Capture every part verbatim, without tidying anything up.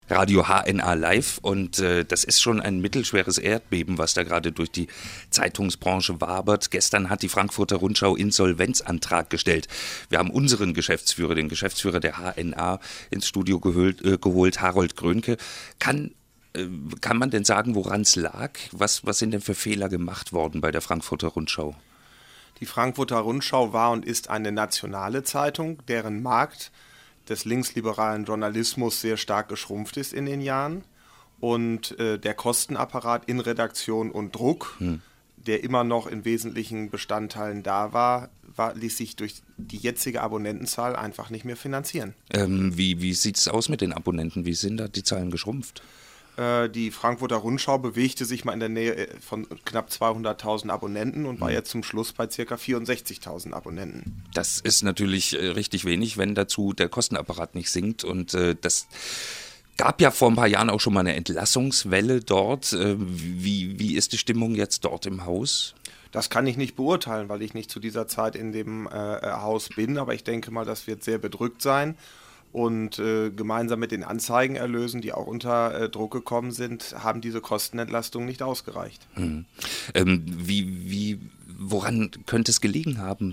Radio H N A Live und äh, das ist schon ein mittelschweres Erdbeben, was da gerade durch die Zeitungsbranche wabert. Gestern hat die Frankfurter Rundschau Insolvenzantrag gestellt. Wir haben unseren Geschäftsführer, den Geschäftsführer der H N A, ins Studio geholt, äh, geholt Harold Grönke. Kann, äh, kann man denn sagen, woran es lag? Was, was sind denn für Fehler gemacht worden bei der Frankfurter Rundschau? Die Frankfurter Rundschau war und ist eine nationale Zeitung, deren Markt des linksliberalen Journalismus sehr stark geschrumpft ist in den Jahren. Und äh, der Kostenapparat in Redaktion und Druck, hm. der immer noch in wesentlichen Bestandteilen da war, war ließ sich durch die jetzige Abonnentenzahl einfach nicht mehr finanzieren. Ähm, wie wie sieht es aus mit den Abonnenten? Wie sind da die Zahlen geschrumpft? Die Frankfurter Rundschau bewegte sich mal in der Nähe von knapp zweihunderttausend Abonnenten und war jetzt zum Schluss bei ca. vierundsechzigtausend Abonnenten. Das ist natürlich äh, richtig wenig, wenn dazu der Kostenapparat nicht sinkt. Und äh, das gab ja vor ein paar Jahren auch schon mal eine Entlassungswelle dort. Äh, wie, wie ist die Stimmung jetzt dort im Haus? Das kann ich nicht beurteilen, weil ich nicht zu dieser Zeit in dem äh, Haus bin. Aber ich denke mal, das wird sehr bedrückt sein. Und äh, gemeinsam mit den Anzeigenerlösen, die auch unter äh, Druck gekommen sind, haben diese Kostenentlastungen nicht ausgereicht. Mhm. Ähm, wie, wie, woran könnte es gelegen haben,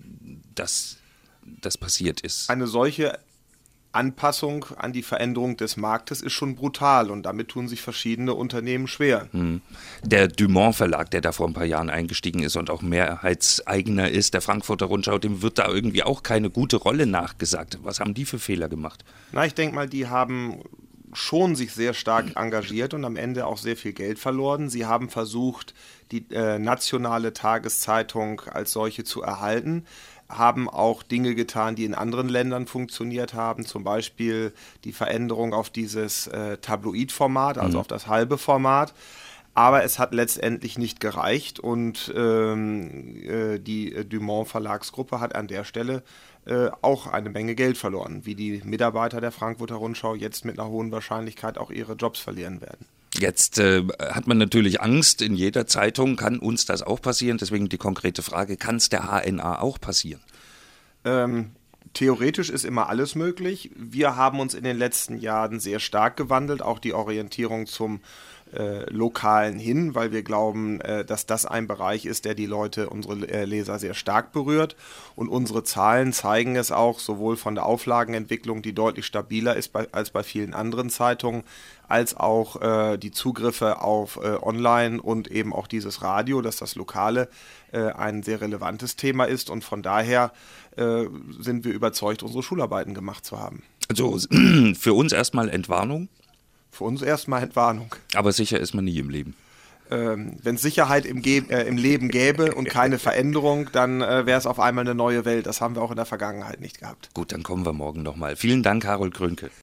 dass das passiert ist? Eine solche Anpassung an die Veränderung des Marktes ist schon brutal und damit tun sich verschiedene Unternehmen schwer. Hm. Der Dumont Verlag, der da vor ein paar Jahren eingestiegen ist und auch Mehrheitseigner ist, der Frankfurter Rundschau, dem wird da irgendwie auch keine gute Rolle nachgesagt. Was haben die für Fehler gemacht? Na, ich denke mal, die haben schon sich sehr stark engagiert und am Ende auch sehr viel Geld verloren. Sie haben versucht, die äh, nationale Tageszeitung als solche zu erhalten, haben auch Dinge getan, die in anderen Ländern funktioniert haben, zum Beispiel die Veränderung auf dieses äh, Tabloid-Format, also mhm. auf das halbe Format. Aber es hat letztendlich nicht gereicht und ähm, äh, die Dumont Verlagsgruppe hat an der Stelle äh, auch eine Menge Geld verloren, wie die Mitarbeiter der Frankfurter Rundschau jetzt mit einer hohen Wahrscheinlichkeit auch ihre Jobs verlieren werden. Jetzt äh, hat man natürlich Angst, in jeder Zeitung kann uns das auch passieren, deswegen die konkrete Frage, kann es der H N A auch passieren? Ähm, theoretisch ist immer alles möglich. Wir haben uns in den letzten Jahren sehr stark gewandelt, auch die Orientierung zum äh, Lokalen hin, weil wir glauben, äh, dass das ein Bereich ist, der die Leute, unsere äh, Leser sehr stark berührt. Und unsere Zahlen zeigen es auch, sowohl von der Auflagenentwicklung, die deutlich stabiler ist bei, als bei vielen anderen Zeitungen, als auch äh, die Zugriffe auf äh, Online und eben auch dieses Radio, dass das Lokale äh, ein sehr relevantes Thema ist. Und von daher äh, sind wir überzeugt, unsere Schularbeiten gemacht zu haben. Also für uns erstmal Entwarnung? Für uns erstmal Entwarnung. Aber sicher ist man nie im Leben. Ähm, wenn es Sicherheit im, Ge- äh, im Leben gäbe und keine Veränderung, dann äh, wäre es auf einmal eine neue Welt. Das haben wir auch in der Vergangenheit nicht gehabt. Gut, dann kommen wir morgen nochmal. Vielen Dank, Harold Grönke.